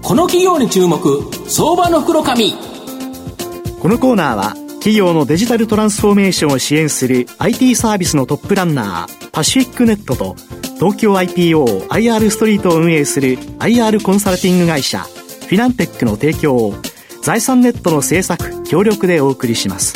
この企業に注目、相場の袋紙。 このコーナーは企業のデジタルトランスフォーメーションを支援する IT サービスのトップランナーパシフィックネットと、東京 IPO IR ストリートを運営する IR コンサルティング会社フィナンテックの提供を財産ネットの制作協力でお送りします。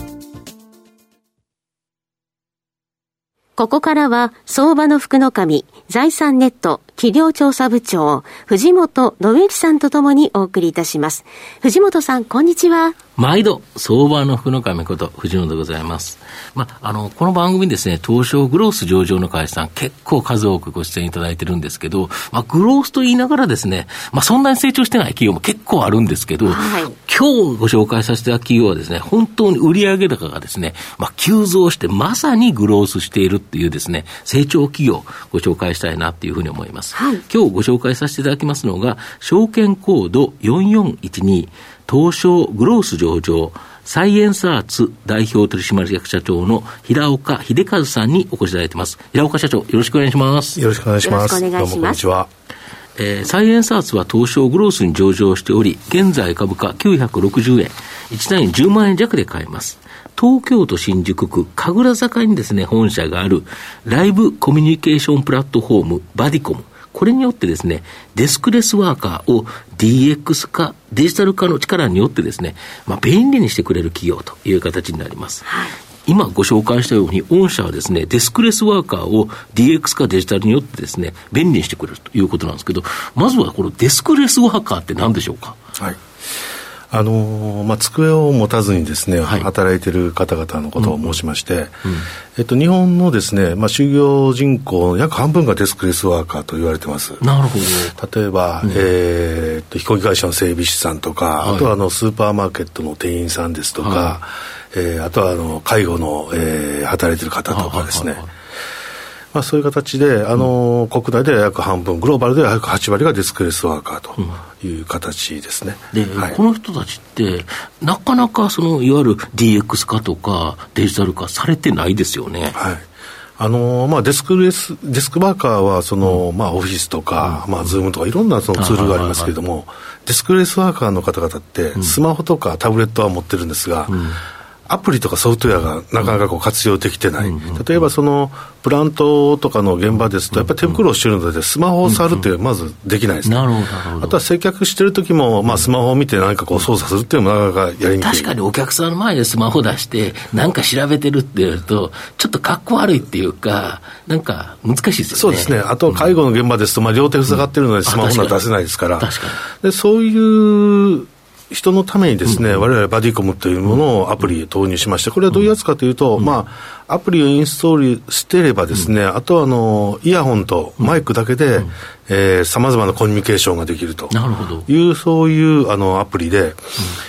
ここからは相場の福の神、財産ネット企業調査部長藤本信之さんとともにお送りいたします。藤本さん、こんにちは。 毎度相場の福の神こと藤本でございます。この番組ですね、東証グロース上場の会社さん結構数多くご出演いただいてるんですけど、グロースと言いながらですね、そんなに成長してない企業も結構あるんですけど、はい、今日ご紹介させていただく企業はですね、本当に売上高がですね、急増してまさにグロースしているっていうですね、成長企業をご紹介したいなっていうふうに思います。はい、今日ご紹介させていただきますのが、証券コード4412東証グロース上場サイエンスアーツ代表取締役社長の平岡秀和さんにお越しいただいています。平岡社長、よろしくお願いします。 よろしくお願いします。どうもこんにちは。 サイエンスアーツは東証グロースに上場しており、現在株価960円、1単位10万円弱で買えます。東京都新宿区神楽坂にですね、本社があるライブコミュニケーションプラットフォームバディコム、これによってですね、デスクレスワーカーを DX 化、デジタル化の力によってですね、便利にしてくれる企業という形になります。はい、今ご紹介したように、御社はですね、デスクレスワーカーを DX 化、デジタルによってですね、便利にしてくれるということなんですけど、まずはこのデスクレスワーカーって何でしょうか。 はい。机を持たずにですね、はい、働いている方々のことを申しまして、日本のですね、就業人口の約半分がデスクレスワーカーと言われてます。 なるほど。例えば、飛行機会社の整備士さんとか、はい、あとはスーパーマーケットの店員さんですとか、はい、あとは介護の、働いている方とかですね、そういう形で、国内では約半分、グローバルでは約8割がデスクレスワーカーという形ですね。 で、はい、この人たちってなかなかいわゆる DX 化とかデジタル化されてないですよね。 はい。デスクワーカーはオフィスとか、ズームとかいろんなツールがありますけれども、デスクレスワーカーの方々ってスマホとかタブレットは持ってるんですが、アプリとかソフトウェアがなかなか活用できてない。例えばプラントとかの現場ですとやっぱり手袋をしているのでスマホを触るってまずできないですね。 なるほど。 あとは接客してる時も、スマホを見て何か操作するっていうのもなかなかやりにくい。 確かにお客さんの前でスマホ出して何か調べてるっていうとちょっとかっこ悪いっていうか、なんか難しいですよね。 そうですね。あと介護の現場ですと、両手塞がってるのでスマホは出せないですから。 確かに。で、そういう人のためにですね、我々バディコムというものをアプリ投入しまして、これはどういうやつかというと、アプリをインストールしていればですね、あとはイヤホンとマイクだけで様々なコミュニケーションができるという、そういうアプリで、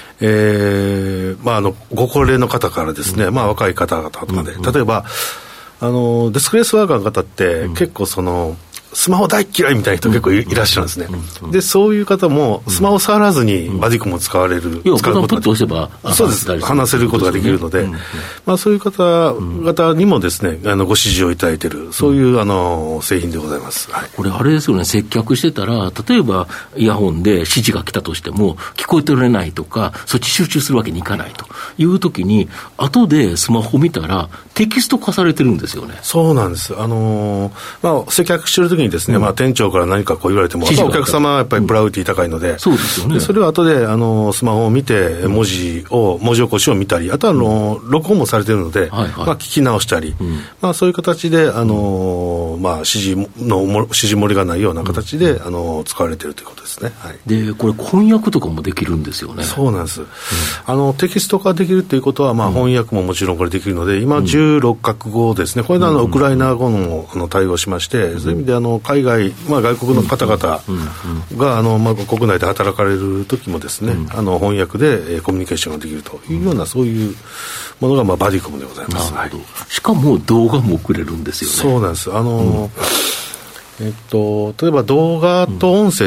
ご高齢の方からですね、若い方々とかで、例えばデスクレスワーカーの方って結構スマホ大嫌いみたいな人結構いらっしゃるんですね。で、そういう方もスマホ触らずにバディコムを使うことができる。そうです。話せることができるので、そういう方々にもですね、ご支持をいただいている、そういう製品でございます。はい、 これあれですよね、接客してたら、例えばイヤホンで指示が来たとしても聞こえておれないとか、そっち集中するわけにいかないという時に、後でスマホ見たらテキスト化されてるんですよね。 そうなんです。接客してる時にですね、店長から何か言われても、お客様はやっぱりプライオリティ高いので、 そうですよね。 それを後でスマホを見て文字起こしを見たり、あとは録音もされているので、聞き直したり、そういう形で指示漏れがないような形で使われているということですね。はい、 で、これ翻訳とかもできるんですよね。 そうなんです。テキスト化できるということは、翻訳ももちろんこれできるので、今16カ国語ですね。これでウクライナ語の対応しまして、そういう意味で海外、外国の方々が国内で働かれる時もですね、翻訳でコミュニケーションができるというような、そういうものがバディコムでございます。 なるほど。しかも動画も送れるんですよね。 そうなんです。例えば動画と音声って一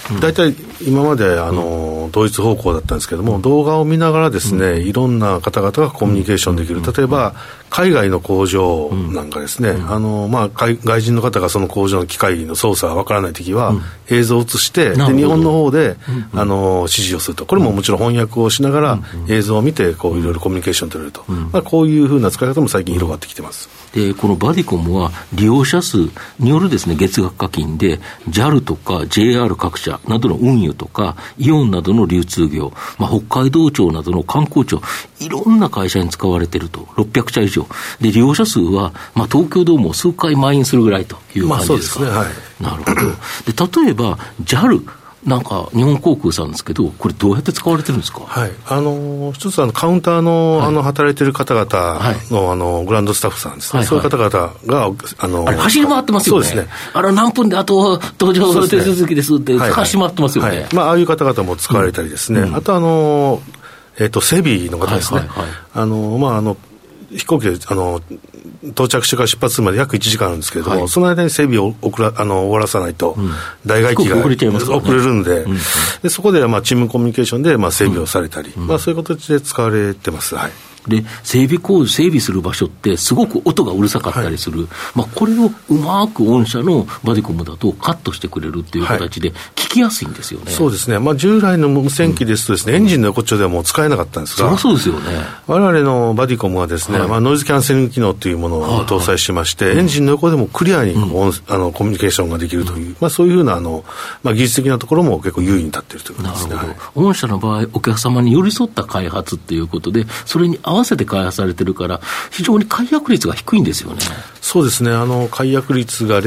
大体今まで同一方向だったんですけども、動画を見ながらですね、いろんな方々がコミュニケーションできる。例えば海外の工場なんかですね、外人の方がその工場の機械の操作がわからないときは、映像を映して、で日本の方で、指示をすると。これももちろん翻訳をしながら、映像を見てこういろいろコミュニケーションを取れると、こういうふうな使い方も最近広がってきてます。 でこのバディコムは利用者数によるですね、月額課金で JAL とか JR 各社などの運輸とかイオンなどの流通業、北海道庁などの観光庁、いろんな会社に使われていると。600社以上で、利用者数は、東京ドームを数回満員するぐらいという感じですか。 そうですね、はい、 なるほど。で例えば JALなんか日本航空さんですけど、これどうやって使われてるんですか。 はい、一つカウンターの、働いてる方々の、グランドスタッフさんですね、そういう方々があれ走り回ってますよね。 そうですね。 何分であと搭乗手続きですって走り回ってますよね。 ああいう方々も使われたりですね、あと整備の方ですね、飛行機で到着してから出発するまで約1時間あるんですけれども、その間に整備を終わらさないと、大外機が遅れるんで、でそこでチームコミュニケーションで整備をされたり、そういう形で使われてます。はい。 で整備する場所ってすごく音がうるさかったりする、これをうまく御社のバディコムだとカットしてくれるっていう形で聞きやすいんですよね。 そうですね、従来の無線機ですとですね、エンジンの横っちょではもう使えなかったんですが、 そうですよね。 我々のバディコムはですね、ノイズキャンセリング機能というものを搭載しまして、エンジンの横でもクリアにコミュニケーションができるという、そういうふうな技術的なところも結構優位に立っているということですね。 なるほど。御社の場合お客様に寄り添った開発っていうことで、それに合わせて開発されてるから非常に解約率が低いんですよね。 そうですね、解約率が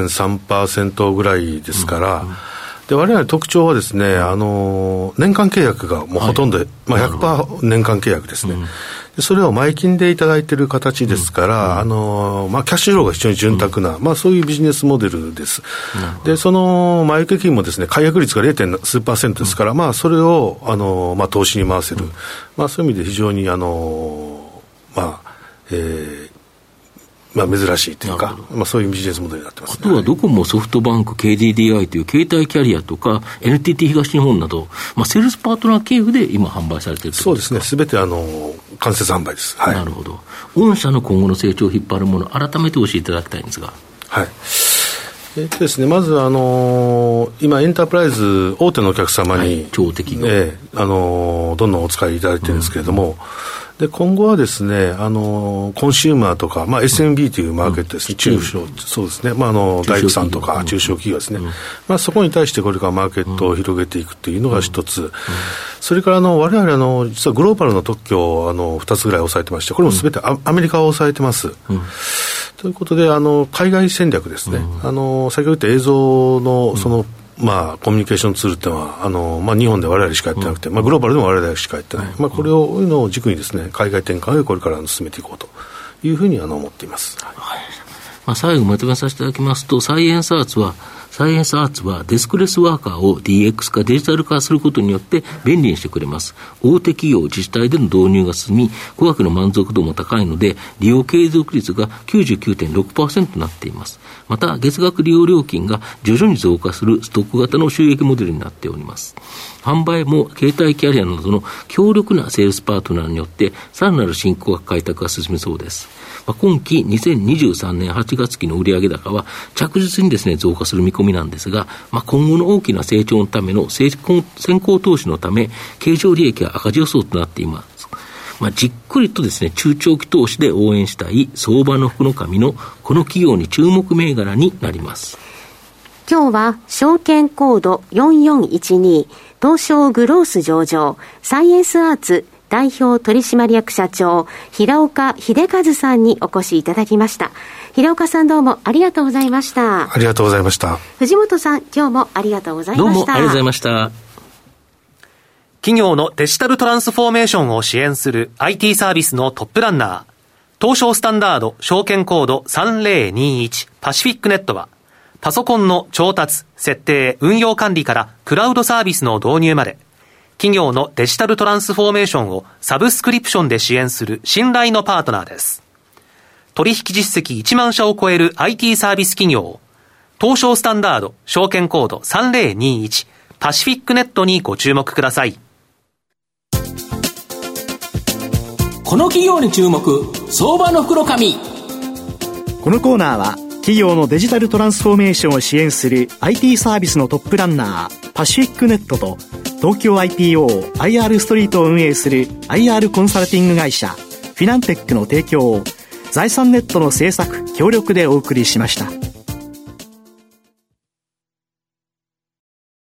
0.3% ぐらいですから、で我々の特徴はですね、年間契約がもうほとんど、100% 年間契約ですね、でそれを前金でいただいている形ですから、キャッシュフローが非常に潤沢な、そういうビジネスモデルです。でその前受け金もですね、解約率が 0. 数%ですから、それを投資に回せる、そういう意味で非常に珍しいというか、そういうビジネスモデルになってます、ね。 あとはドコモ、ソフトバンク、KDDI という携帯キャリアとか NTT 東日本など、セールスパートナー経由で今販売されているということですか。 そうですね、すべて間接販売です。はい、 なるほど。御社の今後の成長を引っ張るもの、改めて教えていただきたいんですが。 はい。ですね、まず今エンタープライズ大手のお客様に、 超適合、 どんどんお使いいただいてるんですけれども、で今後はですね、コンシューマーとか、SMB というマーケットですね、中小、そうですね、大工さんとか中小企業ですね、そこに対してこれからマーケットを広げていくというのが一つ、それから我々実はグローバルの特許を2つぐらい抑えてまして、これもすべてアメリカを抑えてます。ということで海外戦略ですね、先ほど言った映像のコミュニケーションツールっていうのは日本で我々しかやってなくて、グローバルでも我々しかやってない、これをいうのを軸にですね、海外展開をこれから進めていこうというふうに思っています。 最後まとめさせていただきますと、サイエンスアーツはデスクレスワーカーを DX 化デジタル化することによって便利にしてくれます。大手企業自治体での導入が進み、顧客の満足度も高いので利用継続率が 99.6% となっています。また月額利用料金が徐々に増加するストック型の収益モデルになっております。販売も携帯キャリアなどの強力なセールスパートナーによってさらなる新顧客開拓が進みそうです。今期2023年8月期の売上高は着実にですね増加する見込みなんですが、今後の大きな成長のための先行投資のため経常利益は赤字予想となっています。じっくりとですね中長期投資で応援したい相場の福の神のこの企業に注目銘柄になります。 今日は証券コード4412東証グロース上場サイエンスアーツ代表取締役社長平岡秀和さんにお越しいただきました。平岡さん、どうもありがとうございました。 ありがとうございました。 藤本さん、今日もありがとうございました。 どうもありがとうございました。 企業のデジタルトランスフォーメーションを支援する IT サービスのトップランナー、東証スタンダード証券コード3021パシフィックネットは、パソコンの調達、設定、運用管理からクラウドサービスの導入まで、企業のデジタルトランスフォーメーションをサブスクリプションで支援する信頼のパートナーです。取引実績1万社を超える IT サービス企業、東証スタンダード証券コード3021 パシフィックネットにご注目ください。 この企業に注目、相場の袋紙。 このコーナーは企業のデジタルトランスフォーメーションを支援する IT サービスのトップランナーパシフィックネットと、東京 IPO、IR ストリートを運営する IR コンサルティング会社フィナンテックの提供を財産ネットの制作協力でお送りしました。